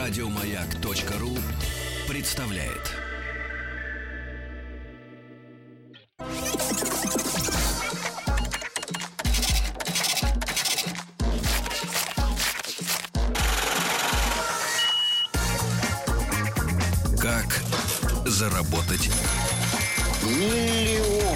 Радиомаяк.ру представляет. Как заработать миллион?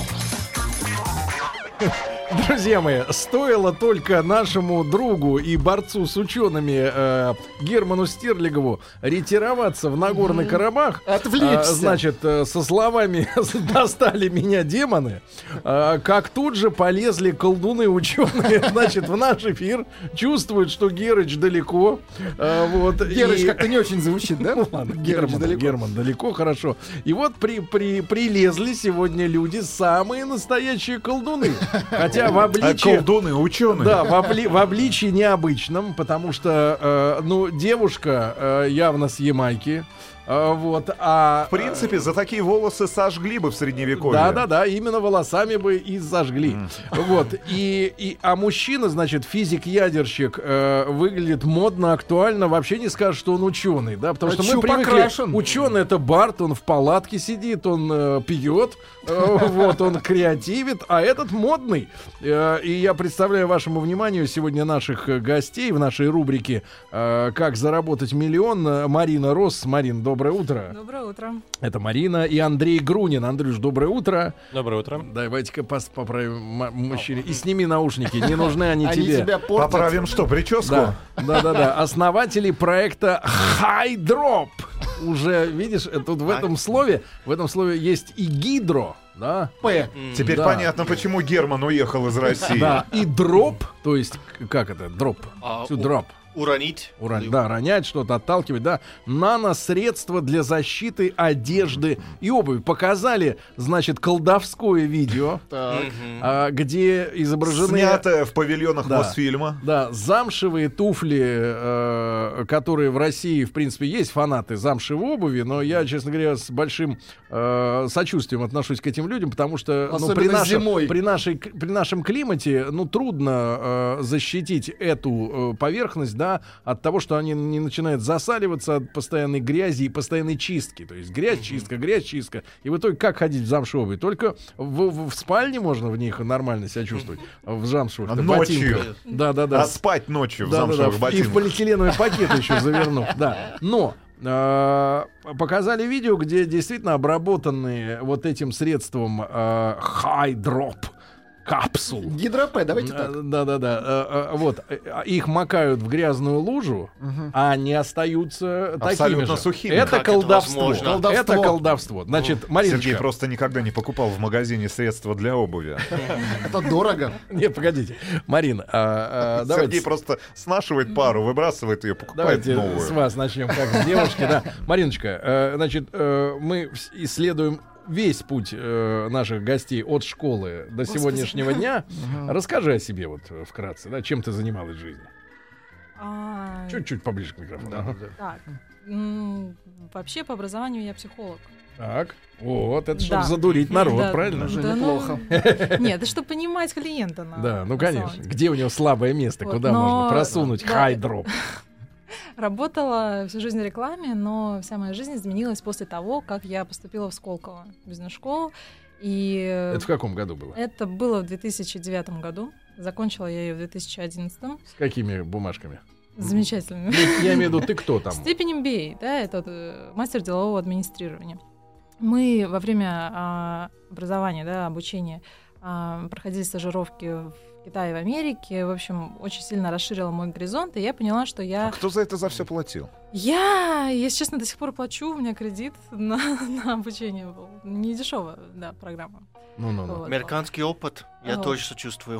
Друзья мои, стоило только нашему другу и борцу с учеными Герману Стерлигову ретироваться в Нагорный Карабах, значит, со словами «достали меня демоны», как тут же полезли колдуны ученые, значит, в наш эфир, чувствуют, что Герыч далеко. Герыч как-то не очень звучит, да? Ну ладно, Герман далеко, хорошо. И вот прилезли сегодня люди, самые настоящие колдуны. Хотя в обличии... колдуны, ученые. Да, в обличии необычном, потому что, девушка явно с Ямайки. В принципе, за такие волосы сожгли бы в средневековье. Да, именно волосами бы и зажгли. А мужчина, значит, физик-ядерщик, выглядит модно, актуально, вообще не скажешь, что он ученый, да, потому что мы привыкли, ученый — это Барт, он в палатке сидит, он пьет, он креативит, а этот модный. И я представляю вашему вниманию сегодня наших гостей в нашей рубрике «Как заработать миллион». Марина Росс. Марин, доброе утро. Доброе утро. Это Марина и Андрей Грунин. Андрюш, доброе утро. Доброе утро. Давайте-ка поправим мужчине. И сними наушники, не нужны они тебе. Тебя портят. Поправим что, прическу? Да. Основатели проекта High Drop. Уже, видишь, тут в этом слове есть и гидро, да? П. Теперь понятно, почему Герман уехал из России. Да, и дроп, то есть, как это, дроп? Дроп. Уронить. Да, ронять что-то, отталкивать, да. Наносредства для защиты одежды и обуви. Показали, значит, колдовское видео, где изображены... Снятое в павильонах Мосфильма. Да, замшевые туфли, которые в России, в принципе, есть фанаты замшевой обуви, но я, честно говоря, с большим сочувствием отношусь к этим людям, потому что при нашем климате, трудно защитить эту поверхность, да, от того, что они не начинают засаливаться от постоянной грязи и постоянной чистки. То есть грязь-чистка. И в итоге как ходить в замшевой? Только в спальне можно в них нормально себя чувствовать. В замшевых ботинках. Да. А спать ночью в замшевых ботинках. И в полиэтиленовый пакет еще завернув. Да. Но показали видео, где действительно обработанные вот этим средством High Drop капсул. Гидропэ, давайте так. Да. Их макают в грязную лужу, а они остаются такими же. Сухими. Это колдовство. Это колдовство. Значит, Мариночка. Сергей просто никогда не покупал в магазине средства для обуви. Это дорого. Нет, погодите. Марин, Сергей просто снашивает пару, выбрасывает ее, покупает новую. Давайте с вас начнем, как с девушки. Да. Мариночка, значит, мы исследуем весь путь наших гостей от школы до сегодняшнего дня. Расскажи о себе вкратце, да, чем ты занималась в жизни. Чуть-чуть поближе к микрофону. Так, вообще по образованию я психолог. Так, это чтобы задурить народ, правильно? Уже неплохо. Нет, это чтобы понимать клиента. Да, конечно. Где у него слабое место, куда можно просунуть High Drop? Работала всю жизнь в рекламе, но вся моя жизнь изменилась после того, как я поступила в Сколково бизнес-школу. Это в каком году было? Это было в 2009 году. Закончила я ее в 2011. С какими бумажками? Замечательно. Я имею в виду, ты кто там? Степень MBA, да, это мастер делового администрирования. Мы во время образования, обучения проходили стажировки в Китае и в Америке. В общем, очень сильно расширила мой горизонт, и я поняла, что я... А кто за это все платил? Я, если честно, до сих пор плачу. У меня кредит на обучение был. Не дешевая, программа. Американский опыт. Я тоже сочувствую.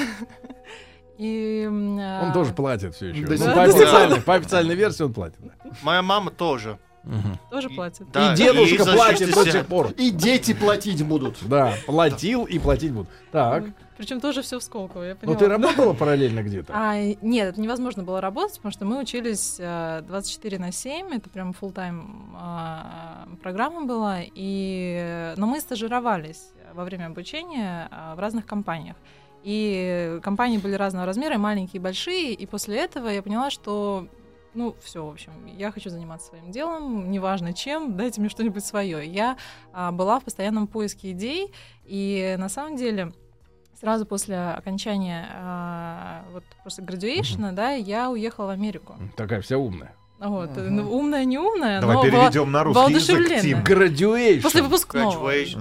Он тоже платит все еще. По официальной версии он платит. Моя мама тоже. Тоже платит. И дедушка платит до сих пор. И дети платить будут. Да, платил и платить будут. Так. Причем тоже все в Сколково, я поняла. Но ты работала параллельно где-то? Нет, это невозможно было работать, потому что мы учились 24/7, это прям фулл-тайм программа была, но мы стажировались во время обучения в разных компаниях. И компании были разного размера, и маленькие, и большие, и после этого я поняла, что ну, все, в общем, я хочу заниматься своим делом, неважно чем, дайте мне что-нибудь свое. Я была в постоянном поиске идей, и на самом деле сразу после окончания вот после graduation, да, я уехала в Америку. Такая вся умная. Вот. Умная, не умная, Давай но переведем на русский язык, Тим. Graduation. После выпускного.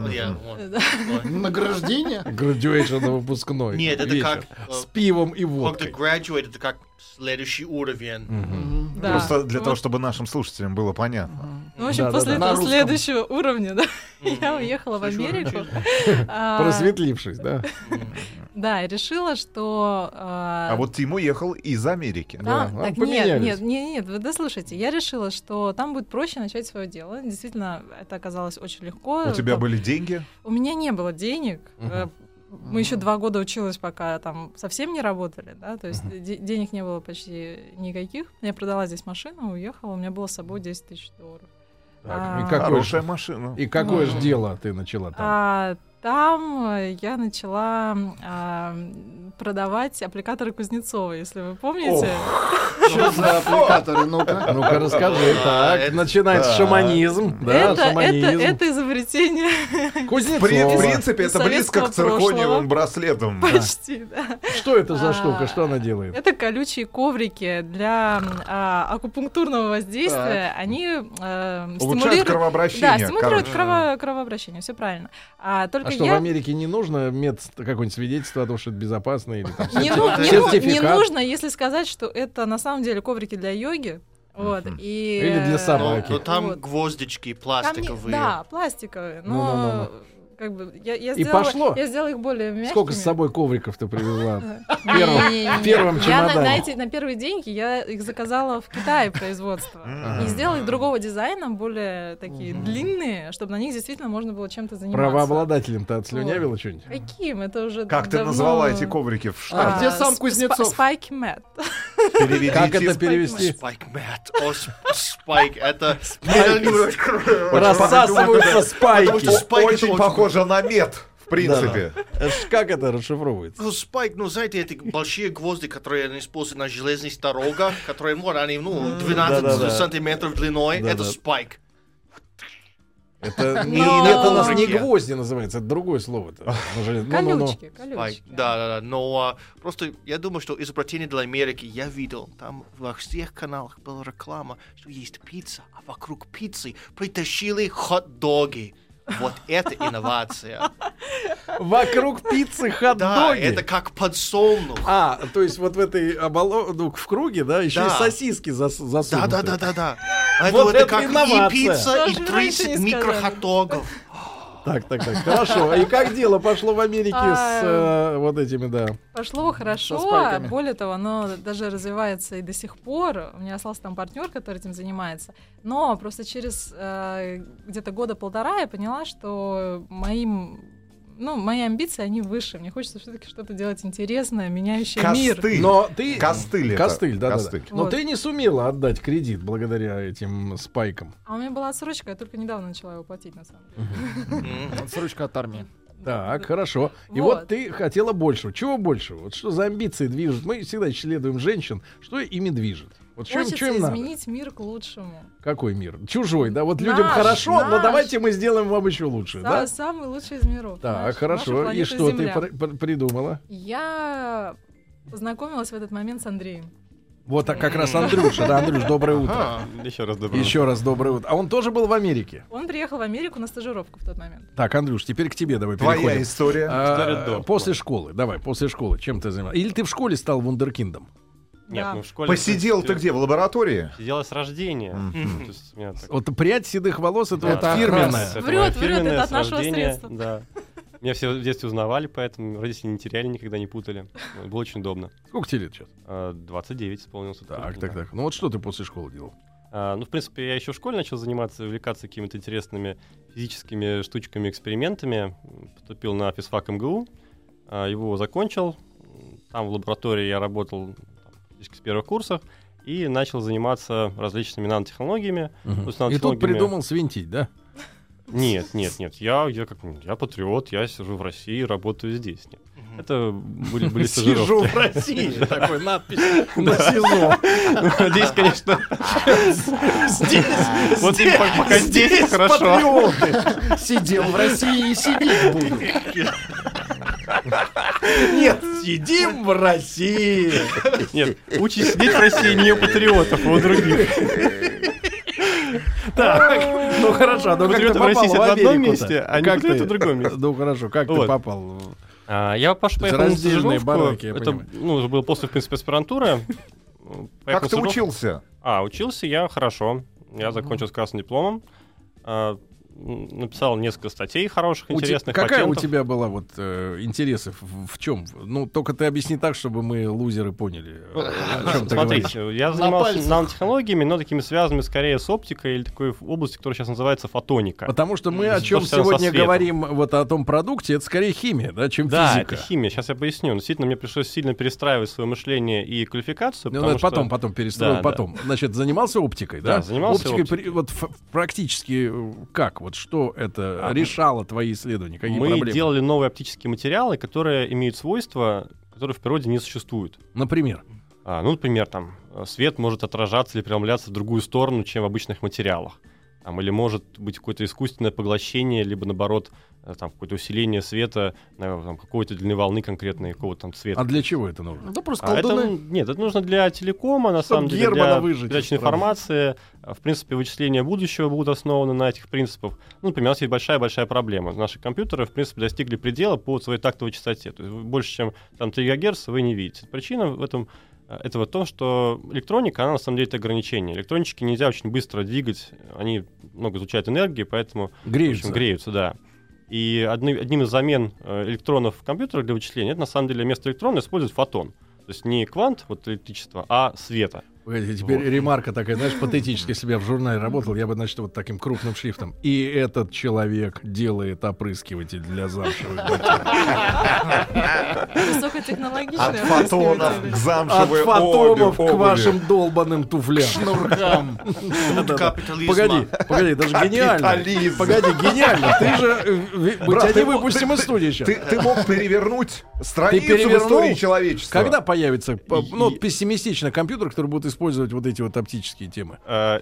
Награждение? Graduation на выпускной. Нет, это как... С пивом и водкой. Когда graduate, это как следующий уровень. Да. Просто для того, чтобы нашим слушателям было понятно. Ну, в общем, после этого следующего уровня, да, я уехала в Америку. Просветлившись, да? Да, и решила, что... А вот Тим уехал из Америки. Так нет, вы дослушайте. Я решила, что там будет проще начать свое дело. Действительно, это оказалось очень легко. У тебя были деньги? У меня не было денег. Мы еще 2 года училась, пока там совсем не работали, да, то есть денег не было почти никаких. Я продала здесь машину, уехала, у меня было с собой $10 000. Хорошая машина. И какое же дело ты начала там? Там я начала продавать аппликаторы Кузнецова, если вы помните. Что за аппликаторы? Ну-ка. Ну-ка, расскажи. Так, начинается шаманизм. Это изобретение Кузнецова. В принципе, это близко к циркониевым браслетам. Почти, да. Что это за штука? Что она делает? Это колючие коврики для акупунктурного воздействия. Они улучшают кровообращение. Да, стимулируют кровообращение, все правильно. А что, в Америке не нужно какое-нибудь свидетельство о том, что это безопасно или там сертификат? Не нужно, если сказать, что это на самом деле коврики для йоги. Вот, или для собаки. Но там гвоздички пластиковые. Да, пластиковые. Но как бы я сделала их более мягкими. Сколько с собой ковриков ты привезла? В первом чемодане. На первые деньги я их заказала в Китае производство. И сделала их другого дизайна, более такие длинные, чтобы на них действительно можно было чем-то заниматься. Правообладателем-то отслюнявила что-нибудь? Каким? Это уже Как ты назвала эти коврики в Штатах? Где сам Кузнецов? Spike Mat. Как это перевести? Spike Mat. Spike, это... Рассасываются спайки. Очень похоже на мед, в принципе. Как это расшифровывается? Ну, спайк, знаете, эти большие гвозди, которые они используют на железных дорогах, которые, они, 12 сантиметров длиной, это спайк. Это у нас не гвозди называется, это другое слово. Колючки. Да. Но просто я думаю, что изобретение для Америки я видел. Там во всех каналах была реклама, что есть пицца, а вокруг пиццы притащили хот-доги. Вот это инновация. Вокруг пиццы хот-доги. Да, это как подсолнух. То есть вот в этой в круге, да, еще и сосиски засунуты. Да. Вот это это как инновация. и пицца, и 30 микрохот-догов. Так. Хорошо. И как дело пошло в Америке с вот этими, да? Пошло хорошо. Более того, оно даже развивается и до сих пор. У меня остался там партнер, который этим занимается. Но просто через где-то 1.5 года я поняла, что мои амбиции, они выше. Мне хочется все-таки что-то делать интересное, меняющее мир. Но ты... Костыль, да. Но ты не сумела отдать кредит благодаря этим спайкам. А у меня была отсрочка, я только недавно начала его платить, на самом деле. Отсрочка от армии. Так, хорошо. И вот ты хотела большего. Чего большего? Вот что за амбиции движут? Мы всегда исследуем женщин. Что ими движет? Вот хочется что им изменить мир к лучшему. Какой мир? Чужой, да? Вот людям хорошо, но давайте мы сделаем вам еще лучше, да? Самый лучший из миров. Так, хорошо. И что ты придумала? Я познакомилась в этот момент с Андреем. Вот как раз Андрюша. Да, Андрюш, доброе утро. Еще раз доброе утро. А он тоже был в Америке? Он приехал в Америку на стажировку в тот момент. Так, Андрюш, теперь к тебе давай переходим. Твоя история. После школы. Давай, после школы. Чем ты занимался? Или ты в школе стал вундеркиндом? Нет, в школе... Посидел ты где, в лаборатории? Сидела с рождения. Вот прядь седых волос — это фирменная. Врет, это от нашего средства. Да. Меня все в детстве узнавали, поэтому родители не теряли, никогда не путали. Было очень удобно. Сколько тебе лет сейчас? 29 исполнился. Так. Ну вот что ты после школы делал? В принципе, я еще в школе начал заниматься, увлекаться какими-то интересными физическими штучками, экспериментами. Поступил на физфак МГУ, его закончил. Там в лаборатории я работал с первых курсов и начал заниматься различными нанотехнологиями. И тут придумал свинтить, да? Нет. Я патриот, я сижу в России, работаю здесь. Нет. Это были стажировки. Сижу в России. Такой надпись на СИЗО. Здесь, конечно... Вот пока здесь хорошо. Сидел в России и сидеть буду. Нет, сидим в России. Нет, учись сидеть в России не у патриотов, а у других. Так, ну хорошо, но как ты Патриоты в России попал в в одном Америку-то? месте, а не патриоты в другом месте. Ну хорошо, как ты Вот. попал? Я поехал на раздельные стажировку. бараки, я Это понимаю. уже было после, в принципе, аспирантуры. Поехал Как ты стажировку. учился? Учился я хорошо. Я закончил с красным дипломом. Написал несколько статей хороших, интересных, Какая патентов. у тебя была вот интересы в чем? Ну, только ты объясни так, чтобы мы, лузеры, поняли, о чем ты говоришь. Смотрите, я занимался пальцах. нанотехнологиями, но такими связанными скорее с оптикой или такой областью, которая сейчас называется фотоника. Потому что мы о То, чем что связано со сегодня светом. говорим, вот о том продукте, это скорее химия, да, чем Да, физика. это химия. Сейчас я поясню. Действительно, мне пришлось сильно перестраивать свое мышление и квалификацию. Ну, потому это что- потом перестроил, Да, потом. Значит, занимался оптикой, да? Да, занимался оптикой. Вот практически как? Вот что это решало твои исследования? Какие Мы проблемы? делали новые оптические материалы, которые имеют свойства, которые в природе не существуют. Например? Например, там свет может отражаться или преломляться в другую сторону, чем в обычных материалах. Или может быть какое-то искусственное поглощение, либо наоборот какое-то усиление света какой-то длины волны конкретной, какого-то там цвета. А для чего это нужно? Да просто колдуны. Нет, это нужно для телекома, на самом деле, Германа для выжечь передачи из страны. информации. В принципе, вычисления будущего будут основаны на этих принципах. Например, у нас есть большая-большая проблема. Наши компьютеры, в принципе, достигли предела по своей тактовой частоте. То есть больше, чем 3 ГГц вы не видите. Причина в этом это вот то, что электроника, она на самом деле это ограничение. Электрончики нельзя очень быстро двигать, они много излучают энергии, поэтому Греются. в общем, греются, да. И одним из замен электронов в компьютерах для вычисления, это на самом деле вместо электрона используют фотон. То есть не квант электричества, а света. Погодите, теперь ремарка такая, знаешь, патетическая. Если бы я в журнале работал, я бы, значит, вот таким крупным шрифтом. И этот человек делает опрыскиватель для замшевых ботинок. Высокотехнологичные. От фотонов к От замшевой фотонов обуви. к вашим долбаным туфлям. Шнуркам. Капитализма. Погоди, даже гениально. Капитализм. Погоди, гениально. Ты же... Мы Брат, тебя не ты мог- выпустим из студии сейчас. Ты мог перевернуть страницу в перевернул? истории человечества. Когда появится, пессимистично компьютер, который будет использовать вот эти вот оптические темы?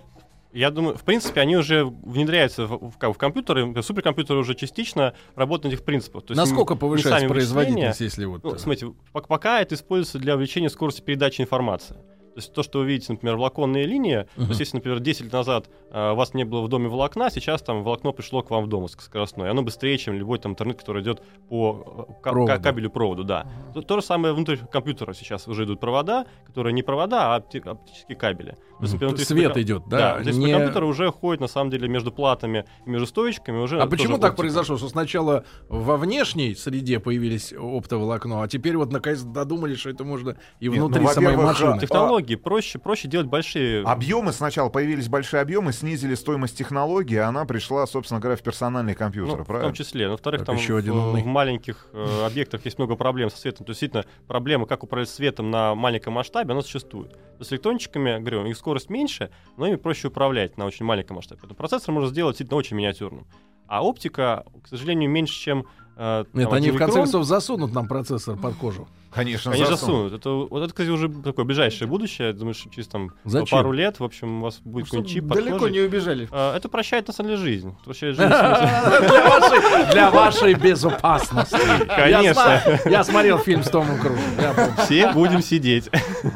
Я думаю, в принципе, они уже внедряются в компьютеры, суперкомпьютеры уже частично работают на этих принципах. То есть Насколько не повышается сами производительность, вычисления. если вот... Ну, смотрите, пока это используется для увеличения скорости передачи информации. То есть то, что вы видите, например, волоконные линии, то есть если, например, 10 лет назад у вас не было в доме волокна, сейчас там волокно пришло к вам в дом скоростное, и оно быстрее, чем любой там интернет, который идет по кабелю-проводу, да. То же самое внутрь компьютера сейчас уже идут провода, которые не провода, а оптические кабели. То есть, например, Свет идет, да? то есть компьютер уже ходит, на самом деле, между платами и между стоечками. Уже А почему тоже так оптика. произошло, что сначала во внешней среде появились оптоволокно, а теперь вот наконец додумались, что это можно и Нет, внутри ну, самой во-первых, машины? Технологии проще делать большие... Объемы сначала появились большие объемы, снизили стоимость технологии, а она пришла, собственно говоря, в персональные компьютеры, Ну, в правильно? том числе. Во-вторых, Так, там еще один умный. в маленьких объектах есть много проблем со светом. То есть, действительно, проблема, как управлять светом на маленьком масштабе, она существует. То есть, с электрончиками, говорю, их скорость меньше, но ими проще управлять на очень маленьком масштабе. Поэтому процессор можно сделать действительно очень миниатюрным. А оптика, к сожалению, меньше, чем... Нет, там, они в один конце микрон. концов засунут нам процессор под кожу. Конечно, Они засунут. засунут. Это, кстати, уже такое ближайшее будущее. Я думаю, что через там Зачем? пару лет, в общем, у вас будет какой-нибудь чип под Далеко кожей. не убежали. Это прощает, на самом деле, жизнь. Прощает жизнь, в смысле. Для вашей безопасности. Конечно. Я смотрел фильм с Томом Крузом. я помню. Все будем сидеть.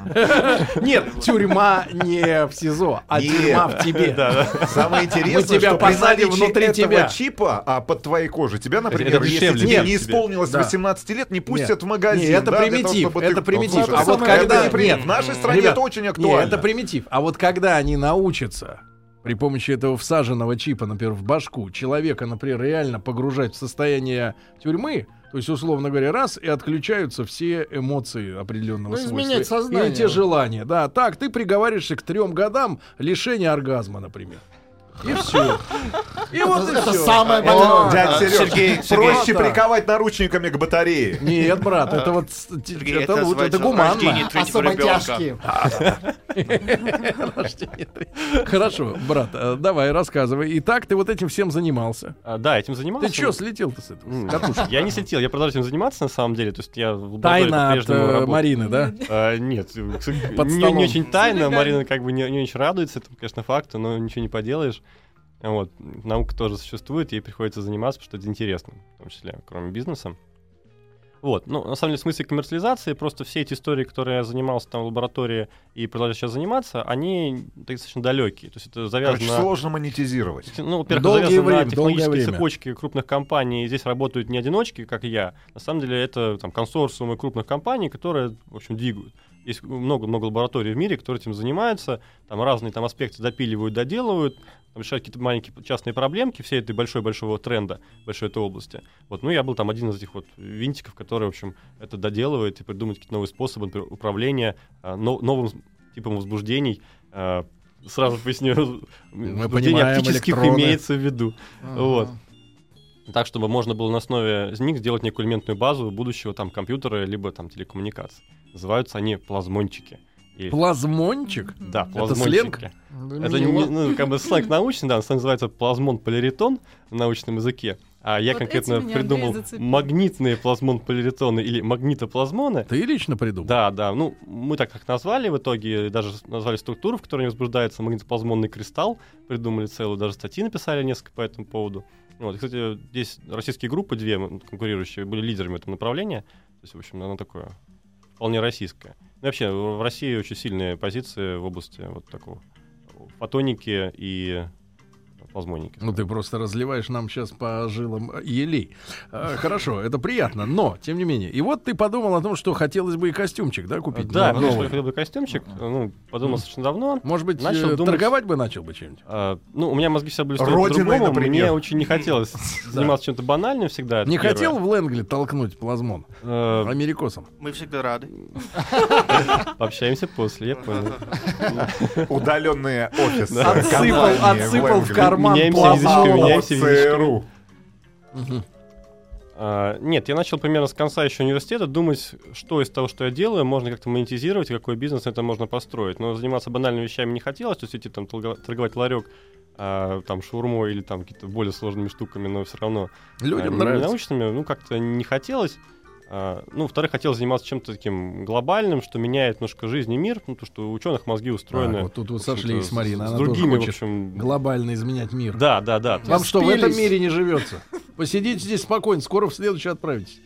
Нет, тюрьма не в СИЗО, а Нет. тюрьма в тебе. Самое интересное, Мы тебя что при посадим наличии внутри этого тебя. чипа под твоей кожей, тебя, например, Это если дешевле, тебе нет, не тебе. исполнилось Да. 18 лет, не пустят Нет. в магазин. Не, это да, для того, примитив, чтобы это ты- примитив. Ну, слушай, А вот это когда... не примитив. В нашей стране Ребят, это очень не, актуально. это примитив. А вот когда они научатся при помощи этого всаженного чипа, например, в башку человека, например, реально погружать в состояние тюрьмы, то есть, условно говоря, раз, и отключаются все эмоции определенного Ну, свойства. изменять сознание. Или те желания. Да, так, ты приговариваешься к 3 годам лишения оргазма, например. И все. И вот и Это все. самое больное. Дядя Сергей, Сереж, проще Сергей. приковать наручниками к батарее. Нет, брат, это вот Сергей, это лучше, это называется гуманно. рождение третьего Особо ребенка. тяжкие. Рождение 3. Хорошо, брат, давай, рассказывай. Итак, ты вот этим всем занимался. Да, этим занимался. Ты что, слетел-то с этого? С катушек? Я не слетел, я продолжаю этим заниматься, на самом деле. То есть я в лаборатории Тайна от по-прежнему работаю. Марины, да? Нет, Под не столом. очень тайно. Марина как бы не очень радуется этому, конечно, факту, но ничего не поделаешь. Вот. Наука тоже существует, ей приходится заниматься, потому что это интересно, в том числе, кроме бизнеса. Вот. Ну, на самом деле, в смысле коммерциализации, просто все эти истории, которые я занимался там в лаборатории и продолжаю сейчас заниматься, они достаточно далекие. То есть это завязано... Короче, сложно монетизировать. Ну, во-первых, Долгое завязано время, на долгое технологические время. цепочки крупных компаний. Здесь работают не одиночки, как и я. На самом деле это там консорциумы крупных компаний, которые, в общем, двигают. Есть много-много лабораторий в мире, которые этим занимаются, там разные там аспекты допиливают, доделывают, там решают какие-то маленькие частные проблемки всей этой большого тренда, большой этой области. Вот, ну, я был там один из этих вот винтиков, который, в общем, это доделывает и придумывает какие-то новые способы, например, управления новым типом возбуждений. Сразу поясню, возбуждение оптических электроны. имеется в виду. Вот. Так, чтобы можно было на основе из них сделать некую элементную базу будущего там компьютера либо там телекоммуникаций. Называются они плазмончики. И- Плазмончик? Да, Это плазмончики. сленг? Это не, как бы сленг научный, да, он называется плазмон-поляритон на научном языке. А я Вот конкретно этим меня придумал Андрей зацепил. магнитные плазмон-поляритоны или магнитоплазмоны. Ты лично придумал? Да, ну, мы так их назвали в итоге, даже назвали структуру, в которой возбуждается магнитоплазмонный кристалл, придумали целую, даже статьи написали несколько по этому поводу. Вот, и, кстати, здесь российские группы, две конкурирующие, были лидерами этого направления, то есть, в общем, оно такое вполне российское. Ну, вообще, в России очень сильные позиции в области вот такого фотоники и плазмоники. Ну, ты просто разливаешь нам сейчас по жилам елей. Хорошо, это приятно, но, тем не менее. И вот ты подумал о том, что хотелось бы и костюмчик, да, купить? Да, потому что новый. я хотел бы костюмчик, ну, подумал достаточно давно. Может быть, Начал думать- торговать бы начал бы чем-нибудь? Ну, у меня мозги всегда были Родиной, по-другому, например. мне очень не хотелось заниматься чем-то банальным всегда. это Не первое. хотел в Лэнгли толкнуть плазмон? Америкосом? Мы всегда рады. Пообщаемся после, я понял. Удаленные офисы. Отсыпал в карман Меняемся плазмон. язычками, меняемся язычками. Мгм. Нет, я начал примерно с конца еще университета думать, что из того, что я делаю, можно как-то монетизировать, и какой бизнес это можно построить. Но заниматься банальными вещами не хотелось, то есть идти там торговать ларек, там шаурмой или там какими-то более сложными штуками, но все равно Людям не нравится. научными, ну как-то не хотелось. Ну, во-вторых, хотел заниматься чем-то таким глобальным, что меняет немножко жизнь и мир, ну, то, что у ученых мозги устроены. Вот тут вот в общем-то, сошлись с Мариной, с она тоже другими, в хочет общем. глобально изменять мир. Да. Вам что, в этом Спелись. мире не живется? Посидите здесь спокойно, скоро в следующий отправитесь.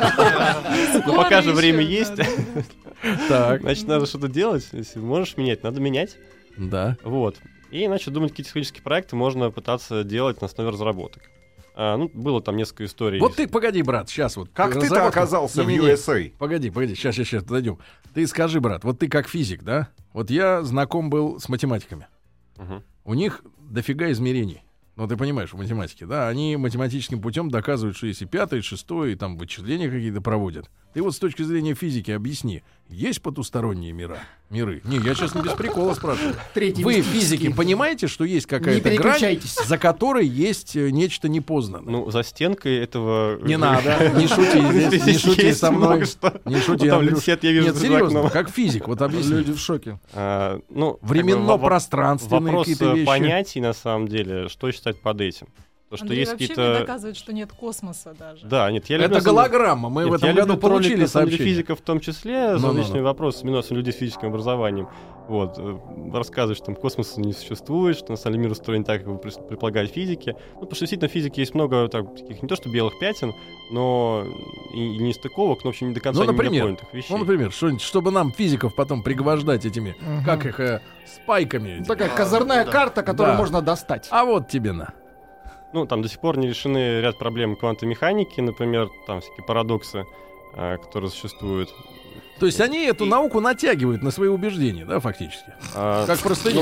Ну, пока же еще, время да, есть. да. Так, Значит, надо что-то делать. Если можешь менять, надо менять. да. Вот. И начал думать, какие технические проекты можно пытаться делать на основе разработок. Ну, было там несколько историй. Вот ты, погоди, брат, сейчас вот. Как ты-то разработка- оказался в Не-не-не. USA? Погоди, сейчас подойдем. Ты скажи, брат, вот ты как физик, да? Вот я знаком был с математиками. Мгм. У них дофига измерений. Ну, ты понимаешь, в математике, да? Они математическим путем доказывают, что есть и пятое, и шестое, и там вычисления какие-то проводят. Ты вот с точки зрения физики объясни, есть потусторонние миры? Не, я сейчас не без прикола спрашиваю. Третий Вы, мистический. физики, понимаете, что есть какая-то Не грань, переключайтесь. за которой есть нечто непознанное? Ну, за стенкой этого... Не надо, не шути здесь, не шути Есть со мной. много что. Не шути, Ну, там Андрюш. летят, я вижу, Нет, за серьезно, окном. как физик, вот объясни. Люди в шоке. Ну, Временно-пространственные вопрос какие-то вещи. понятий, на самом деле, что считать под этим. То, что Андрей есть вообще мне какие-то... доказывает, что нет космоса даже. Да, нет, я люблю... Это голограмма, мы Нет, в этом я году люблю троллить, получили на самом деле, сообщение. физиков в том числе, за Ну-ну-ну. различными вопросами, но людей с физическим образованием. Вот, рассказывать, что там космоса не существует, что на самом деле мир устроен так, как предполагают физики. Ну, потому что действительно в физике есть много там, таких не то что белых пятен, но и нестыковок, но в общем не до конца Ну, например, непонятых вещей. Ну, например, что-нибудь, чтобы нам, физиков, потом пригвождать этими, как их, спайками. Такая козырная да. карта, которую Да. можно достать. А вот тебе на. Ну, там до сих пор не решены ряд проблем квантовой механики, например, там всякие парадоксы, которые существуют. То есть они эту науку натягивают на свои убеждения, да, фактически? Как простыню.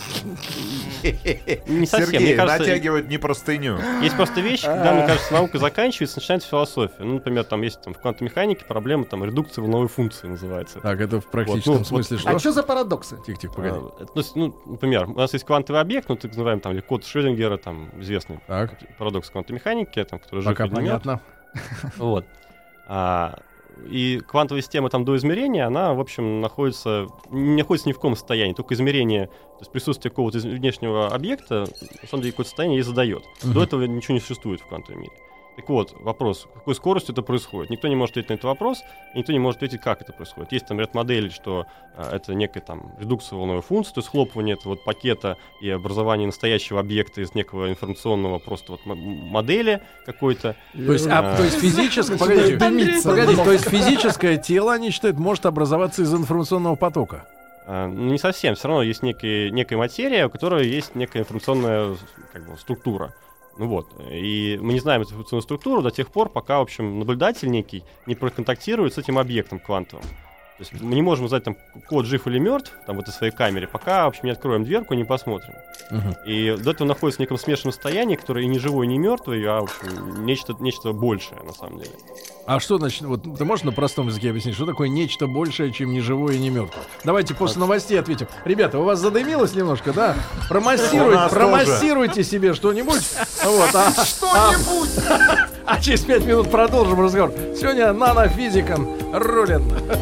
Не совсем, Сергей, мне кажется, натягивают не простыню. есть просто вещи, когда, мне кажется, наука заканчивается, начинается философия. Ну, например, там есть там, в квантовой механике проблема там, редукции волновой функции называется. Так, это в практическом Вот, ну, смысле А что? что за парадоксы? Тихо, погоди. То есть, ну, например, у нас есть квантовый объект, ну, так называемый там, или код Шрёдингера, там, известный Так, парадокс квантовой механики, там, который жив пока или не мёртв. понятно. Вот. И квантовая система там до измерения, она, в общем, не находится ни в каком состоянии. Только измерение, то есть присутствие какого-то внешнего объекта, на самом деле, какое-то состояние ей задает. До этого ничего не существует в квантовом мире. Так вот, вопрос, какой скоростью это происходит? Никто не может ответить на этот вопрос, и никто не может ответить, как это происходит. Есть там ряд моделей, что это некая там редукция волновой функции, то есть схлопывание этого вот пакета и образование настоящего объекта из некого информационного просто вот модели какой-то. То есть физическое, погодите, то есть физическое тело, они считают, может образоваться из информационного потока. Не совсем. Все равно есть некая материя, у которой есть некая информационная структура. Ну вот. И мы не знаем эту информационную структуру до тех пор, пока, в общем, наблюдатель некий не проконтактирует с этим объектом квантовым. То есть мы не можем узнать, там, код жив или мертв там, в этой своей камере, пока, в общем, не откроем дверку и не посмотрим. И до этого находится в неком смешанном состоянии, которое и не живой, и не мертвый, а, в общем, нечто большее, на самом деле. А что значит, вот ты можешь на простом языке объяснить, что такое нечто большее, чем не живое и не мертвое? Давайте после новостей ответим. Ребята, у вас задымилось немножко, да? Промассируйте себе что-нибудь. Что-нибудь! А через 5 минут продолжим разговор. Сегодня нанофизикан рулит.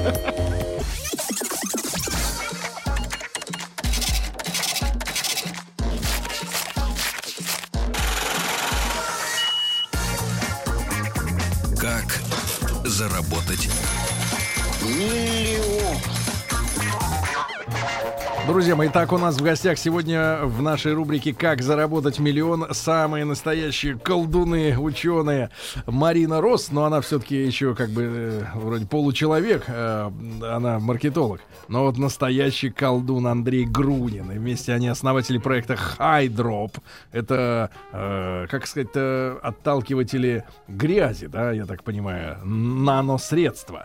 Как заработать миллион? Друзья мои, так у нас в гостях сегодня в нашей рубрике «Как заработать миллион» самые настоящие колдуны, ученые. Марина Росс, но она все-таки еще как бы вроде получеловек, она маркетолог. Но вот настоящий колдун Андрей Грунин. И вместе они основатели проекта Hydrop. Это, как сказать, отталкиватели грязи, да, я так понимаю, наносредства.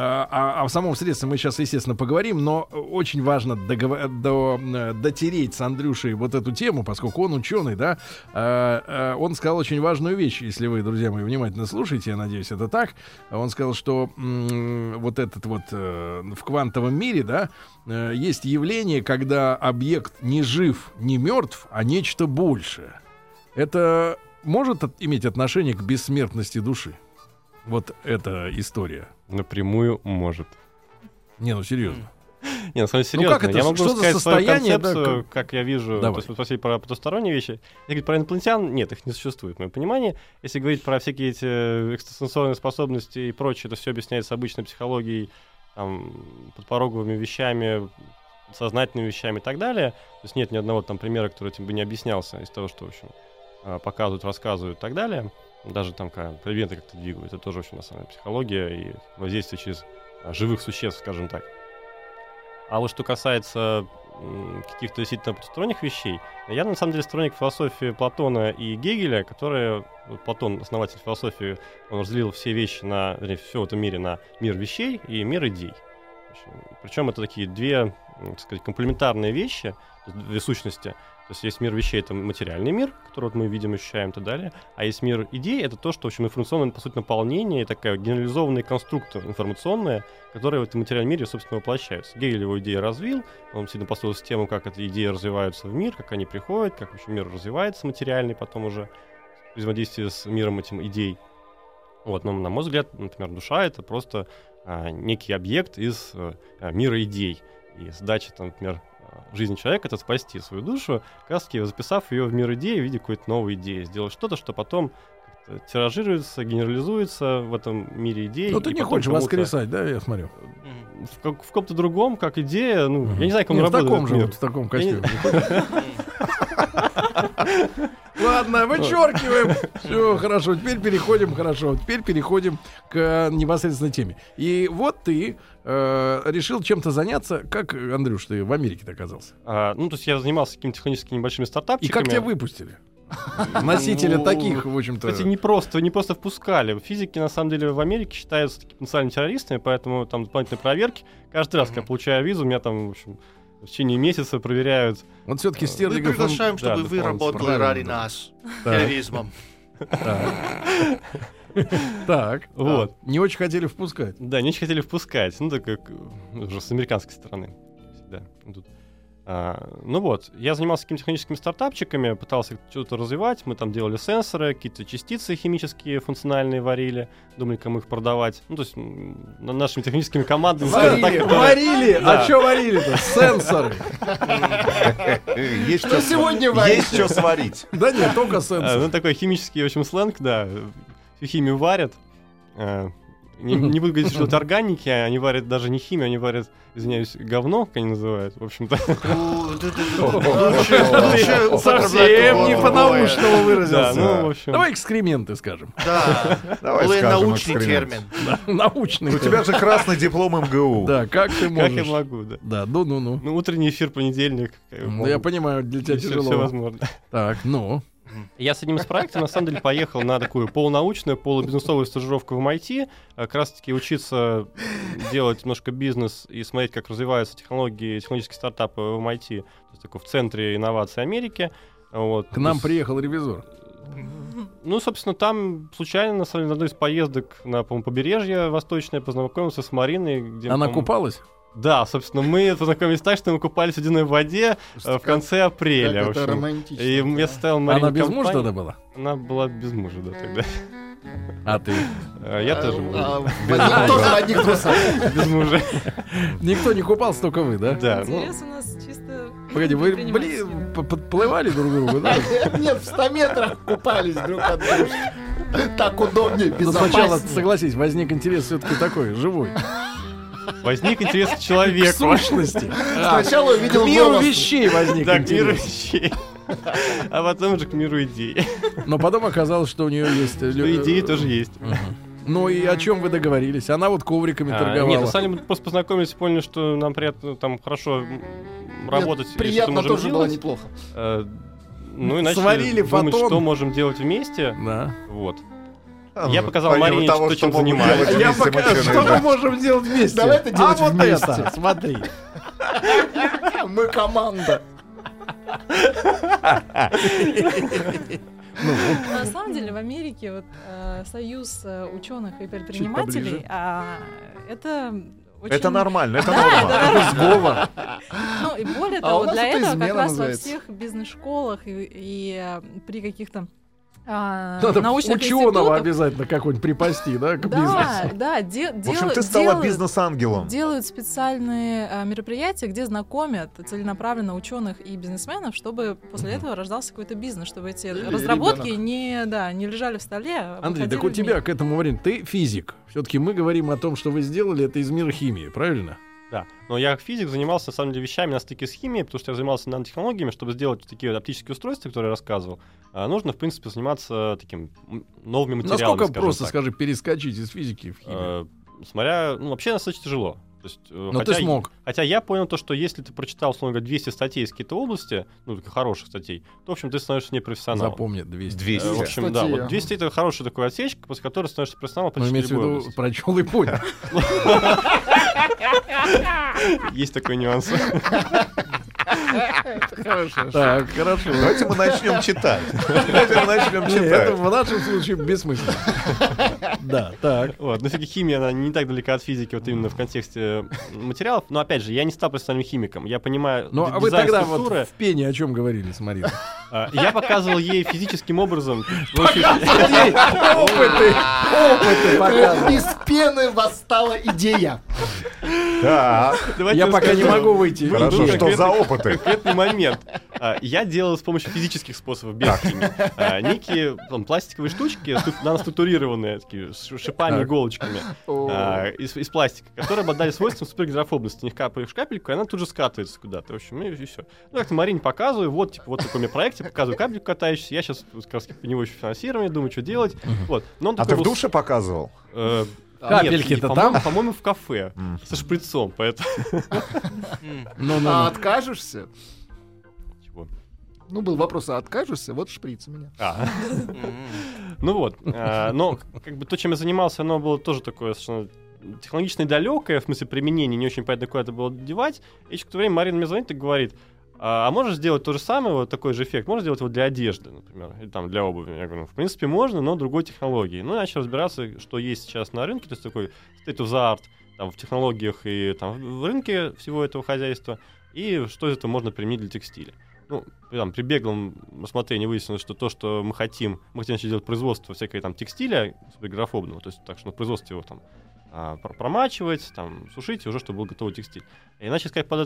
О самом средстве мы сейчас, естественно, поговорим, но очень важно дотереть с Андрюшей вот эту тему, поскольку он ученый, да, он сказал очень важную вещь, если вы, друзья мои, внимательно слушаете, я надеюсь, это так. Он сказал, что вот этот вот в квантовом мире, да, есть явление, когда объект не жив, не мертв, а нечто большее. Это может иметь отношение к бессмертности души? Вот эта история. Напрямую может. Не, ну серьезно. Не, на самом деле, серьезно. Как это? Я могу что сказать за свою состояние, концепцию, как я вижу. Давай. То есть вы спросили про потусторонние вещи. Я говорю, про инопланетян нет, их не существует, в моем понимании. Если говорить про всякие эти экстрасенсорные способности и прочее, это все объясняется обычной психологией, там, подпороговыми вещами, сознательными вещами и так далее. То есть нет ни одного там примера, который этим бы не объяснялся из того, что, в общем, показывают, рассказывают и так далее. Даже там предметы как-то двигают. Это тоже, в общем, на самом деле психология и воздействие через живых существ, скажем так. А вот что касается каких-то действительно потусторонних вещей, я на самом деле сторонник философии Платона и Гегеля, которые Платон, основатель философии, он разделил все вещи все в этом мире на мир вещей и мир идей. Причем это такие две, так сказать, комплементарные вещи, две сущности. То есть есть мир вещей, это материальный мир, который вот мы видим, ощущаем и так далее. А есть мир идей, это то, что, в общем, информационное, по сути, наполнение, такая генерализованный конструкт информационное, которое в этом материальном мире, собственно, воплощаются. Гегель его идеи развил, он сильно построил систему, как эти идеи развиваются в мир, как они приходят, как, в общем, мир развивается материальный, потом уже взаимодействие с миром этим идей. Вот, но, на мой взгляд, например, душа — это просто некий объект из мира идей. И задача, там, например, жизни человека — это спасти свою душу, как раз таки записав ее в мир идей в виде какой-то новой идеи, сделать что-то, что потом тиражируется, генерализуется в этом мире идей. Ну, ты не хочешь воскресать, да, я смотрю? В каком-то другом, как идея, ну, я не знаю, как он работает. В таком же, вот, в таком костюме. Ладно, вычеркиваем. Все, хорошо. Теперь переходим к непосредственной теме. И вот ты решил чем-то заняться. Как, Андрюш, ты в Америке-то оказался? Ну, то есть я занимался какими-то техническими небольшими стартапчиками. И как тебя выпустили? Носителя таких, в общем-то... Кстати, не просто впускали. Физики, на самом деле, в Америке считаются такими потенциальными террористами, поэтому там дополнительные проверки. Каждый раз, когда я получаю визу, меня там, в общем, в течение месяца проверяют. Вот все-таки Мы приглашаем, чтобы вы работали ради нас терроризмом. Так, вот. Не очень хотели впускать. Да, не очень хотели впускать. Ну, так как уже с американской стороны всегда идут. Ну вот, я занимался какими-то техническими стартапчиками, пытался что-то развивать, мы там делали сенсоры, какие-то частицы химические, функциональные варили, думали, кому их продавать. Ну, то есть нашими техническими командами... Варили! А что варили-то? Сенсоры. Есть что сегодня варить. Есть что сварить. Да нет, только сенсоры. Ну, такой химический, в общем, сленг, да. Всю химию варят. Не буду говорить, что это органики, они варят даже не химию, они варят, извиняюсь, говно, как они называют, в общем-то. Совсем не по-научному выразился. Ну, в общем. Давай экскременты скажем. Да, Давай научный термин. Научный. У тебя же красный диплом МГУ. Да, как ты можешь? Как я могу, да. Да, ну. Ну, утренний эфир, понедельник. Я понимаю, для тебя тяжело. Все возможно. Так, ну. Я с одним из проектов, на самом деле, поехал на такую полунаучную, полубизнесовую стажировку в MIT, как раз-таки учиться делать немножко бизнес и смотреть, как развиваются технологии, технологические стартапы в MIT, то есть такой в центре инноваций Америки. Вот. К нам приехал ревизор. Ну, собственно, там случайно, на самом деле, на одной из поездок на, по-моему, побережье восточное познакомился с Мариной. Где Она купалась? Да, собственно, мы познакомились так, что мы купались в ледяной воде в конце апреля. Это романтично. И я составил Марине Она без компанию. мужа тогда была? Она была без мужа, да, тогда. А ты? Я тоже был. Тоже в одних трусах. Без мужа. Никто не купался, только вы, да? Да, ну, Интерес у нас чисто... Погоди, вы, предпринимательский. подплывали друг к другу, да? Нет, в 100 метрах купались друг от друга. Так удобнее, Ну, сначала, безопаснее. согласись, возник интерес все-таки такой, живой. возник интерес к К человеку. сущности. Сначала увидел К миру волосы. вещей возник Да, к миру интерес. вещей. А потом уже к миру идей. Но потом оказалось, что у нее есть... Ну, идеи тоже есть. Ну и о чем вы договорились? Она вот ковриками торговала. Нет, на самом деле мы просто познакомились и поняли, что нам приятно там хорошо работать. и Приятно что можем тоже было делать. неплохо. Ну и начали Сварили думать, фотон. что можем делать вместе. Да. Вот. Я показал Марине, что чем занимаюсь. Я покажу, что мы можем делать вместе. Давай это делать вот вместе. это, смотри. Мы команда. На самом деле в Америке вот, союз ученых и предпринимателей это очень... Это нормально, это Да, норма. это Сговор. Ну и более А у того, нас для это этого измена как раз называется. во всех бизнес-школах и при каких-то Надо научных ученого институтах. обязательно как-нибудь припасти, да, к Да, бизнесу. да, В общем, ты стала бизнес-ангелом. делают специальные мероприятия, где знакомят целенаправленно ученых и бизнесменов, чтобы после этого рождался какой-то бизнес, чтобы эти разработки не лежали в столе. А Андрей, так у выходили в тебя мир. к этому времени, ты физик. Все-таки мы говорим о том, что вы сделали это из мира химии, правильно? Да, но я как физик занимался, на самом деле, вещами на стыке с химией, потому что я занимался нанотехнологиями, чтобы сделать такие вот оптические устройства, которые я рассказывал. Нужно, в принципе, заниматься таким новыми материалами, Насколько скажем просто, так. скажи, перескочить из физики в химию? Смотря, ну, вообще достаточно тяжело. То есть, Но ты смог. Хотя я понял то, что если ты прочитал, условно говоря, 200 статей из какой-то области, ну, таких хороших статей, то, в общем, ты становишься непрофессионалом. Запомни, 200. 200. В общем, да, Статьи, вот 200 — это хорошая такая отсечка, после которой становишься профессионалом Ну, почти имеется в любой виду, области. прочел и понял. Есть такой нюанс. Так, хорошо. Давайте мы начнем читать. Давайте мы начнем Не, это читать. в нашем случае бессмысленно. Да, так. Вот, но все-таки химия, она не так далека от физики, вот именно в контексте материалов. Но опять же, я не стал профессиональным химиком. Я понимаю Ну, а вы дизайн тогда структуры. вот в пене о чем говорили с Мариной? Я показывал ей физическим образом. Опыты показывали. Из пены восстала идея. Так, Давайте Я пока не расскажу. могу выйти. хорошо, Ну, что за опыты? Конкретный момент. Я делал с помощью физических способов, без химии. Некие там, пластиковые штучки, наноструктурированные, такие, с шипами, Так. иголочками, из пластика, которые обладали свойством супергидрофобности. Ты в них капаешь капельку, и она тут же скатывается куда-то. В общем, и все. Ну, как-то Марине показываю, вот, типа, вот такой у меня проект, показываю капельку катающуюся. Я сейчас как раз по него еще финансирование, думаю, что делать. Вот. Но он А такой ты в был душе показывал? Капельки-то нет, там? По-моему, в кафе. Со шприцом, поэтому... А откажешься? Чего? Ну, был вопрос, а откажешься? Вот шприц у меня. Ну вот. Но как бы то, чем я занимался, оно было тоже такое совершенно технологично и далекое, в смысле применения, не очень понятно, куда это было девать. И через какое-то время Марина мне звонит и говорит: а можешь сделать то же самое, вот такой же эффект, можешь сделать его для одежды, например, или там для обуви? Я говорю, ну, в принципе, можно, но другой технологии. Ну, начал разбираться, что есть сейчас на рынке, то есть такой state of the art там, в технологиях и там, в рынке всего этого хозяйства, и что из этого можно применить для текстиля. Ну, там, при беглом рассмотрении выяснилось, что то, что мы хотим начать делать производство всякой там текстиля суперграфобного, то есть так, что на производстве его там промачивать, там, сушить, и уже чтобы был готовый текстиль. И начали искать под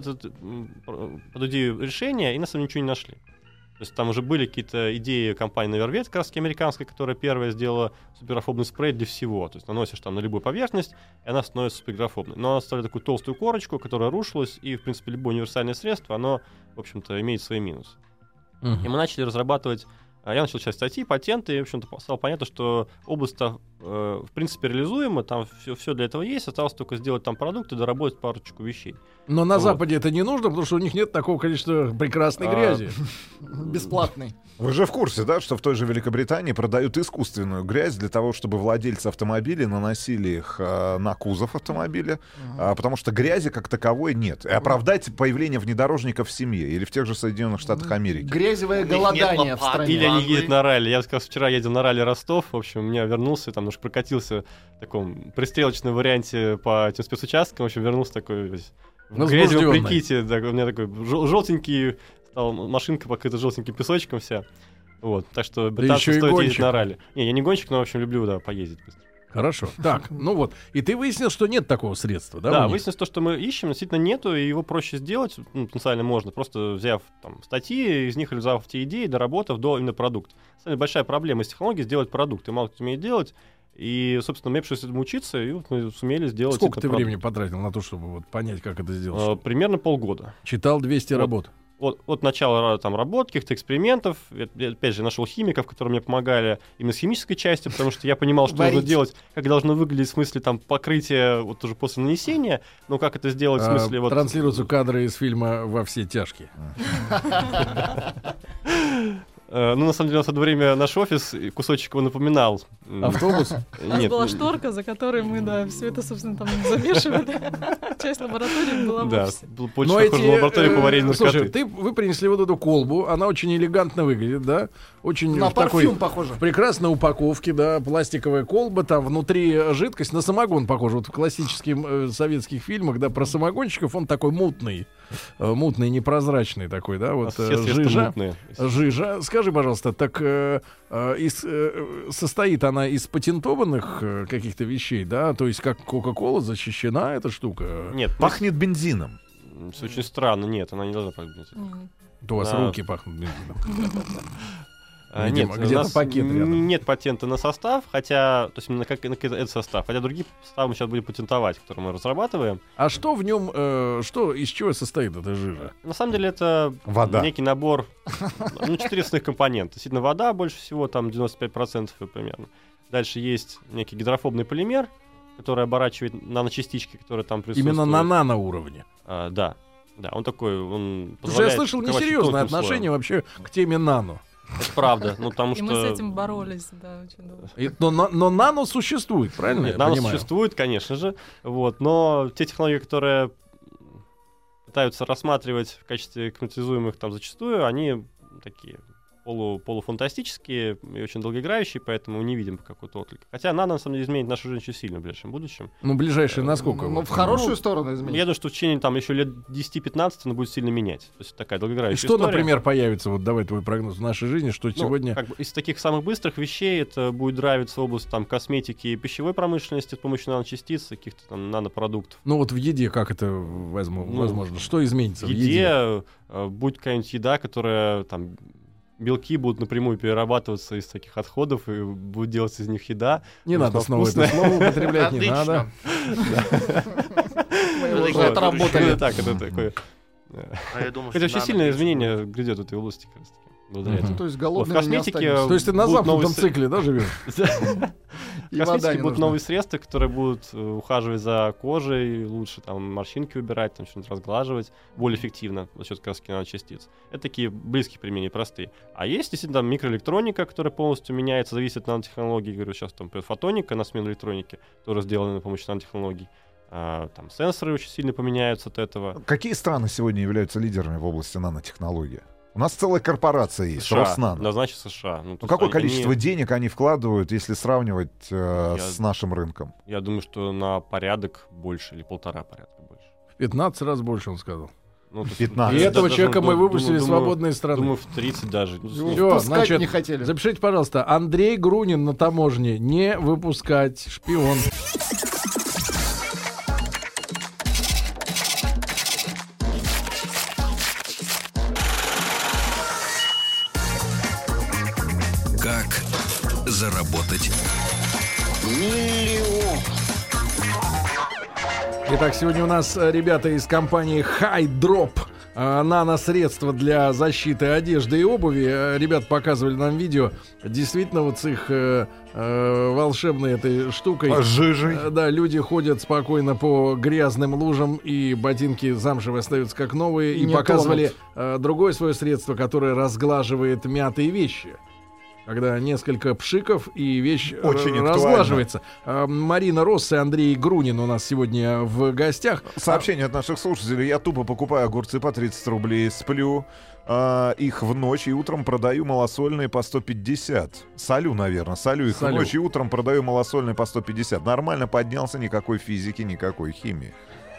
идею решения, и на самом деле ничего не нашли. То есть там уже были какие-то идеи компании Nevervet, как раз американской, которая первая сделала суперграфобный спрей для всего. То есть наносишь там на любую поверхность, и она становится суперграфобной. Но она оставляет такую толстую корочку, которая рушилась, и, в принципе, любое универсальное средство, оно, в общем-то, имеет свои минусы. И мы начали разрабатывать. Я начал читать статьи, патенты, и, в общем-то, стало понятно, что область-то, в принципе, реализуема, там все для этого есть, осталось только сделать там продукт и доработать парочку вещей. Но на Западе это не нужно, потому что у них нет такого количества прекрасной грязи. Бесплатный. Вы же в курсе, да, что в той же Великобритании продают искусственную грязь для того, чтобы владельцы автомобилей наносили их на кузов автомобиля, потому что грязи как таковой нет. И оправдать появление внедорожников в семье или в тех же Соединенных Штатах Америки. Грязевое них нет голодание в лопат. стране. Или они едут на ралли. Я как раз вчера ездил на ралли Ростов. В общем, я вернулся, там немножко прокатился в таком пристрелочном варианте по этим спецучасткам. В общем, вернулся такой весь в грязевом приките. Так, у меня такой желтенький стал, машинка покрыта желтеньким песочком вся. Вот. Так что британцы стоит ездить на ралли. Не, я не гонщик, но, в общем, люблю, да, поездить быстро. Хорошо. Так, ну вот. И ты выяснил, что нет такого средства, да? Да, выяснилось то, что мы ищем, действительно нету, и его проще сделать, ну, потенциально можно, просто взяв там статьи, из них реализовав те идеи, доработав до именно продукта. На самом деле большая проблема с технологией сделать продукт, и мало кто умеет делать, и, собственно, мне пришлось этому учиться, и вот мы сумели сделать. Сколько ты времени потратил на то, чтобы вот понять, как это сделать? Примерно полгода. Читал 200 работ. От начала там работ, каких-то экспериментов, я, опять же, нашел химиков, которые мне помогали именно с химической частью, потому что я понимал, что нужно делать, как должно выглядеть в смысле там покрытия вот уже после нанесения, но как это сделать в смысле вот... Транслируются кадры из фильма «Во все тяжкие». Ну, на самом деле, у нас в это время наш офис, кусочек его напоминал. Автобус? У нас была шторка, за которой мы, да, все это, собственно, там замешивали. Часть лаборатории была в офисе. Да, больше похоже на лабораторию по варенью наркоты. Слушай, вы принесли вот эту колбу, она очень элегантно выглядит, да? Очень на в такой парфюм похоже. В прекрасной упаковке, да, пластиковая колба, там внутри жидкость, на самогон похоже. Вот в классических советских фильмах, да, про самогонщиков он такой мутный, непрозрачный такой, да, вот жижа. Скажи, пожалуйста, так состоит она из патентованных каких-то вещей, да? То есть как Кока-Кола защищена эта штука? Нет. Пахнет бензином. Очень странно, нет, она не должна пахнуть бензином. У вас руки пахнут бензином. Нет, где-то пакет рядом. Нет патента на состав, хотя, то есть именно как этот состав, хотя другие составы мы сейчас будем патентовать, которые мы разрабатываем. А что в нем, из чего состоит эта жижа? На самом деле это вода. Некий набор, 4 основных компонента. Действительно, вода больше всего, там 95% примерно. Дальше есть некий гидрофобный полимер, который оборачивает наночастички, которые там присутствуют. Именно на наноуровне? Да, он такой, он позволяет... Потому что я слышал несерьезное отношение вообще к теме нано. Это правда, ну потому что... И мы с этим боролись, да, очень долго. Но нано существует, правильно? Нет, нано существует, конечно же, вот, но те технологии, которые пытаются рассматривать в качестве эксплуатируемых там зачастую, они такие полуфантастические и очень долгоиграющие, поэтому не видим какой-то отклик. Хотя нано, на самом деле, изменит нашу жизнь очень сильно в ближайшем будущем. Ну, ближайшие насколько? Ну, в хорошую сторону изменит. Я думаю, что в течение там еще лет 10-15 она будет сильно менять. То есть такая долгоиграющая история. И что, история. Например, появится, вот давай твой прогноз в нашей жизни, что сегодня... Как бы из таких самых быстрых вещей это будет драйвиться область там косметики и пищевой промышленности с помощью наночастиц, каких-то там нанопродуктов. Ну вот в еде как это возможно? Что изменится в еде? Будет какая-нибудь еда, которая там... Белки будут напрямую перерабатываться из таких отходов и будут делаться из них еда. Не надо снова это слово употреблять, не надо. Мы уже отработали. Это такое. Это очень сильное изменение грядет в этой области, как раз таки. То есть голодными в косметике То есть ты на замкнутом цикле, да, живешь? В косметике будут новые средства, которые будут ухаживать за кожей, лучше там морщинки убирать, там что-нибудь разглаживать более эффективно за счет краски наночастиц. Это такие близкие применения, простые. А есть действительно там микроэлектроника, которая полностью меняется, зависит от нанотехнологий. Говорю, сейчас там фотоника на смену электроники, тоже сделана с помощью нанотехнологий. Там сенсоры очень сильно поменяются от этого. Какие страны сегодня являются лидерами в области нанотехнологий? У нас целая корпорация есть, США, Роснано. да, значит США. Ну, какое количество денег они вкладывают, если сравнивать с нашим рынком? Я думаю, что на порядок больше или 1,5 порядка больше. В 15 раз больше, он сказал. Ну, 15. И этого даже, человека мы выпустили думаю, свободные страны. Думаю, в 30 даже. Всё, Пускать значит, не хотели. запишите, пожалуйста, Андрей Грунин на таможне. Не выпускать. Шпион. Как заработать Итак, сегодня у нас ребята из компании Hydrop. Наносредства для защиты одежды и обуви. Ребят показывали нам видео. Действительно, вот с их волшебной этой штукой. Жижей. Да, люди ходят спокойно по грязным лужам, и ботинки замшевые остаются как новые. И Не показывали другое свое средство, которое разглаживает мятые вещи. Когда несколько пшиков, и вещь Очень разглаживается. Марина Росс и Андрей Грунин у нас сегодня в гостях. Сообщение от наших слушателей. Я тупо покупаю огурцы по 30 рублей, сплю их в ночь и утром продаю малосольные по 150. Солю, наверное. Солю их в ночь и утром продаю малосольные по 150. Нормально поднялся, никакой физики, никакой химии.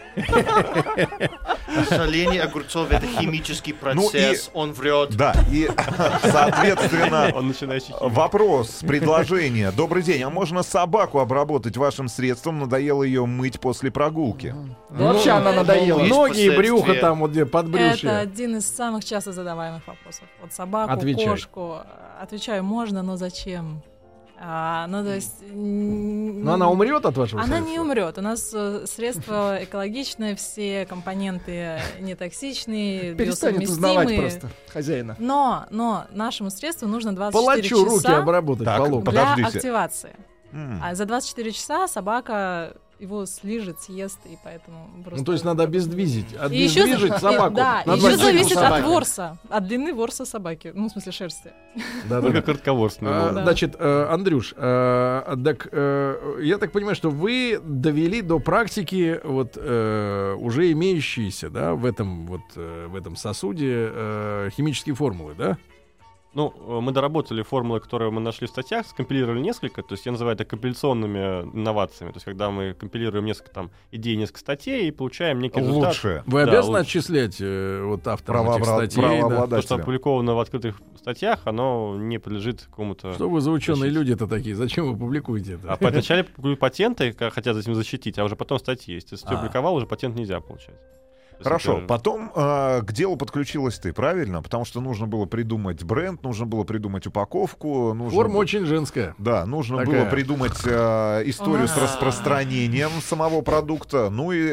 Соление огурцов — это химический процесс, он врет. Да, и, соответственно, Он начинающий химик. вопрос, предложение. Добрый день, а можно собаку обработать вашим средством? Надоело ее мыть после прогулки. Вообще она надоела. Есть Ноги и брюхо последствия. там вот где под Это брюшье. один из самых часто задаваемых вопросов. Вот собаку, Отвечай. кошку. Отвечаю, можно, но зачем? Ну, то есть... Но она умрет от вашего Она средства? не умрет. У нас средства экологичные, все компоненты нетоксичные, Перестанет узнавать биосовместимые. просто хозяина. Но нашему средству нужно 24 Палачу руки часа обработать Так, по локоть. для подождите. активации. М. А за 24 часа собака его слижет, съест, и поэтому просто... Ну, то есть надо обездвижить. И еще Обездвижить собаку. Да, на еще 24 зависит часа. от ворса, от длины ворса собаки. Ну, в смысле, шерсти. Да, да, Только да. коротковорстный. Да. Значит, Андрюш, так, я так понимаю, что вы довели до практики вот уже имеющиеся, да, в этом сосуде химические формулы, да? Ну, мы доработали формулы, которые мы нашли в статьях, скомпилировали несколько, то есть я называю это компиляционными инновациями, то есть когда мы компилируем несколько там идей, несколько статей и получаем некий результат. Лучше. Вы Да, обязаны лучше. отчислять вот авторам этих Правообла- статей? да? То, что правообладателя. опубликовано в открытых статьях, оно не подлежит какому-то... Что вы за ученые защите. люди-то такие? Зачем вы публикуете это? А вначале публикуют патенты, хотят этим защитить, а уже потом статьи. Если ты А. опубликовал, уже патент нельзя получать. То есть Хорошо, это- потом к делу подключилась ты, правильно? Потому что нужно было придумать бренд, нужно было придумать упаковку. Нужно Форма было- очень женская. Да, нужно Такая. было придумать историю с распространением самого продукта, ну и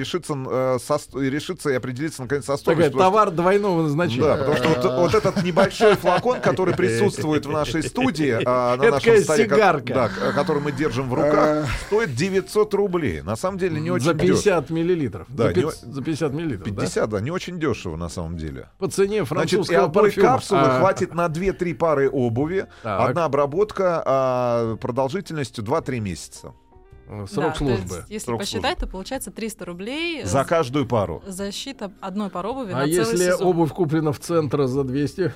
решиться и определиться наконец со Такая стоимостью. товар двойного назначения. Да, потому что вот этот небольшой флакон, который присутствует в нашей студии, на нашем Эдакая столе, сигарка. да, который мы держим в руках, стоит 900 рублей. На самом деле не очень За дешево. 50 миллилитров. Да, За 50 миллилитров, 50, да, не очень дешево на самом деле. По цене Значит, и французского одной парфюма. капсулы хватит на 2-3 пары обуви. Так. Одна обработка продолжительностью 2-3 месяца. Срок Да, то службы. есть, если Срок посчитать, то получается 300 рублей За каждую пару. защита одной пары обуви А на целый если сезон. обувь куплена в центре за 200?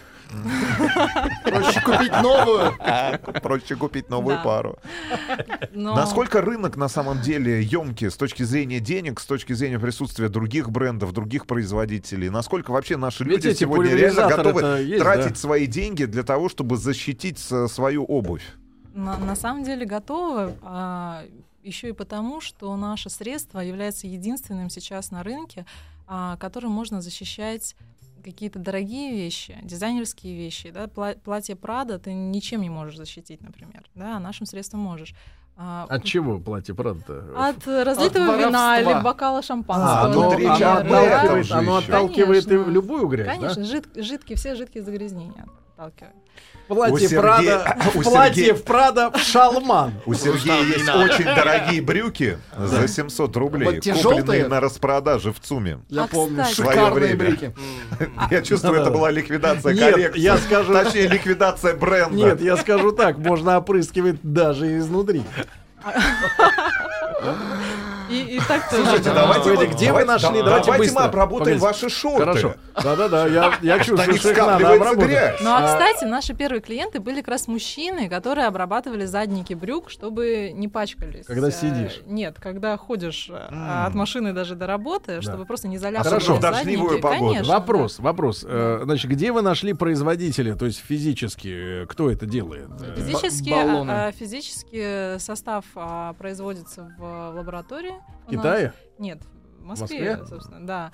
Проще купить новую. Проще купить новую Да. пару. Но- Насколько рынок на самом деле емкий с точки зрения денег, с точки зрения присутствия других брендов, других производителей? Насколько вообще наши Ведь люди эти сегодня реально пульверизаторы-то готовы есть, тратить да? свои деньги для того, чтобы защитить свою обувь? На самом деле готовы, еще и потому, что наше средство является единственным сейчас на рынке, которым можно защищать какие-то дорогие вещи, дизайнерские вещи. Да? Платье Прада ты ничем не можешь защитить, например, да? А нашим средством можешь. От чего платье Прада-то? От разлитого От вина воровства. или бокала шампанского. ну, например, речь об да. этом же Оно еще. отталкивает и Конечно. любую грязь, Конечно, да? все жидкие загрязнения отталкивают. Платье У Прада, у платье Сергея- в Прада в шалман. У Сергея есть очень дорогие брюки за 700 рублей, Вот те купленные желтые? на распродаже в ЦУМе. Я помню, кстати. Своё шикарные время. брюки. Я чувствую, это была ликвидация Нет, коллекции. я скажу- Точнее, ликвидация бренда. Нет, я скажу так, можно опрыскивать даже изнутри. И так Слушайте, Где вы нашли? Давайте мы быстро. обработаем Погодите. ваши шорты. Хорошо. Да-да-да, я чувствую, что их надо скапливается обработать. грязь. Ну а, кстати, наши первые клиенты были как раз мужчины, которые обрабатывали задники брюк, чтобы не пачкались. Когда сидишь? Нет, когда ходишь от машины даже до работы, чтобы просто не заляпаться Хорошо. В дождливую погоду. Конечно, Вопрос. Значит, где вы нашли производителя, то есть физически, кто это делает? Баллоны. Физически состав производится в лаборатории. В Китае? Нет, в Москве? Москве, собственно, да.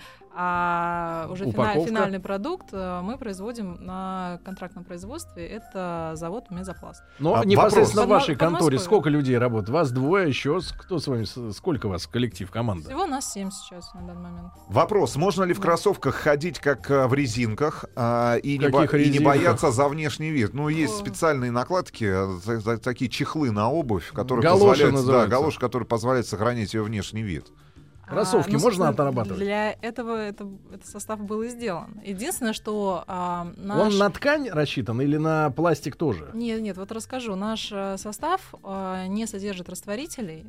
А уже Упаковка? финальный продукт мы производим на контрактном производстве. Это завод Мезопласт. Но А непосредственно в вопрос. вашей Под конторе Москвой. сколько людей работает? Вас двое, еще кто с вами? Сколько у вас коллектив, команда? Всего нас 7 сейчас на данный момент. Вопрос: можно ли в кроссовках ходить как в резинках и не Каких и не резинках? бояться за внешний вид? Ну, есть О. специальные накладки, такие чехлы на обувь, которые Галоши позволяют, называются. галоши, которые позволяют сохранить ее внешний вид. Кроссовки можно собственно, отрабатывать? Для этого этот состав был и сделан. Единственное, что Он на ткань рассчитан или на пластик тоже? Нет, вот расскажу. Наш состав не содержит растворителей,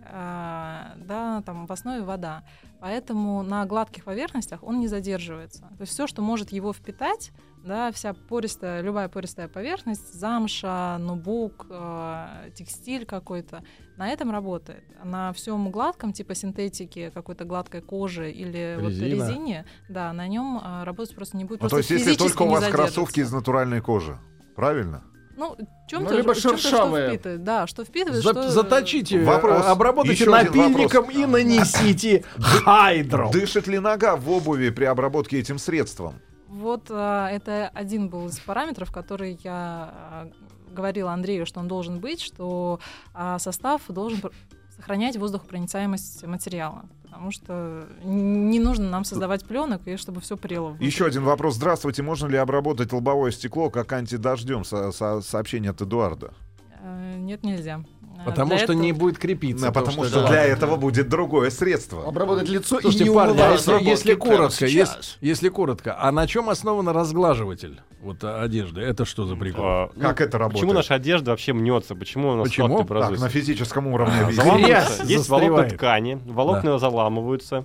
да, там в основе вода. Поэтому на гладких поверхностях он не задерживается. То есть все, что может его впитать, да, вся пористая, любая пористая поверхность, замша, нубук, текстиль какой-то, на этом работает. На всем гладком, типа синтетики, какой-то гладкой кожи или вот Резина. резине, да, на нем работать просто не будет. Ну, просто то есть, если физически только у не вас задержится. кроссовки из натуральной кожи, правильно? Ну, Ну, либо шершавые. что впитывает, да, что впитывает, За- что... Заточите, Вопрос. обработайте Еще один напильником вопрос. и нанесите хайдром. Дышит ли нога в обуви при обработке этим средством? Вот это один был из параметров, который я говорила Андрею, что он должен быть, что состав должен сохранять воздухопроницаемость материала. Потому что не нужно нам создавать пленок, и чтобы все прело. Еще один вопрос. Здравствуйте. Можно ли обработать лобовое стекло как антидождем? Сообщение от Эдуарда. Нет, нельзя. Потому Для что этого- не будет крепиться. Потому то, что для этого будет другое средство. Обработать лицо и Слушайте, не парни, а умываться. если прямо коротко, сейчас. если коротко, а на чем основан разглаживатель вот одежды? Это что за прикол? Как это работает? Почему наша одежда вообще мнется? Почему у нас Почему? складки Так, образуются? на физическом уровне. А, объясните. заламываются. Грязь Есть волокна застревает. ткани, волокна заламываются.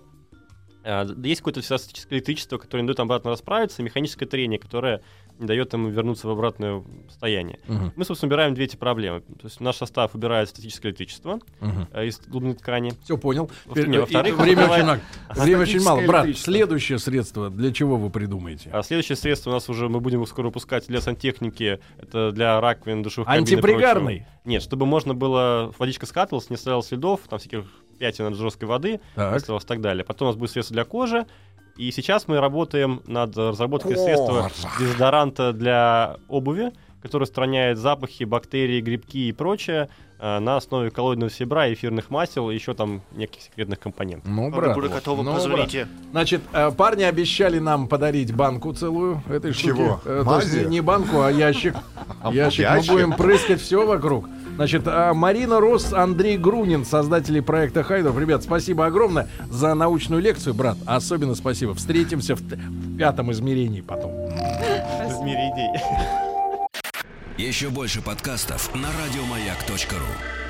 Есть какое-то статическое электричество, которое не дает обратно расправиться, и механическое трение, которое не дает им вернуться в обратное состояние. Мгм. Мы, собственно, убираем две эти проблемы. То есть наш состав убирает статическое электричество Мгм. из глубины ткани. Все понял. Во-вторых, Время бывает- очень мало. Время очень мало. Статическое Брат, электричество. следующее средство для чего вы придумаете? А следующее средство у нас уже мы будем скоро выпускать для сантехники. Это для раковин, душевых кабин и Антипригарный. прочего. Нет, чтобы можно было, водичка скатывалась, не оставляла следов, там всяких пятен от жесткой воды, Так. осталось и так далее. Потом у нас будет средство для кожи. И сейчас мы работаем над разработкой средства дезодоранта для обуви, который устраняет запахи, бактерии, грибки и прочее на основе коллоидного серебра, эфирных масел и еще там неких секретных компонентов. Ну, Когда брат. буду готова, ну, позвоните. брат. Значит, парни обещали нам подарить банку целую этой штуки. Чего? То есть Мази? не банку, а ящик. Ящик. Мы ящик? будем прыскать все вокруг. Значит, Марина Рос, Андрей Грунин, создатели проекта Хайдов. Ребят, спасибо огромное за научную лекцию, брат. Особенно спасибо. Встретимся в 5-м измерении потом. В мире идей. Еще больше подкастов на радиомаяк.ру.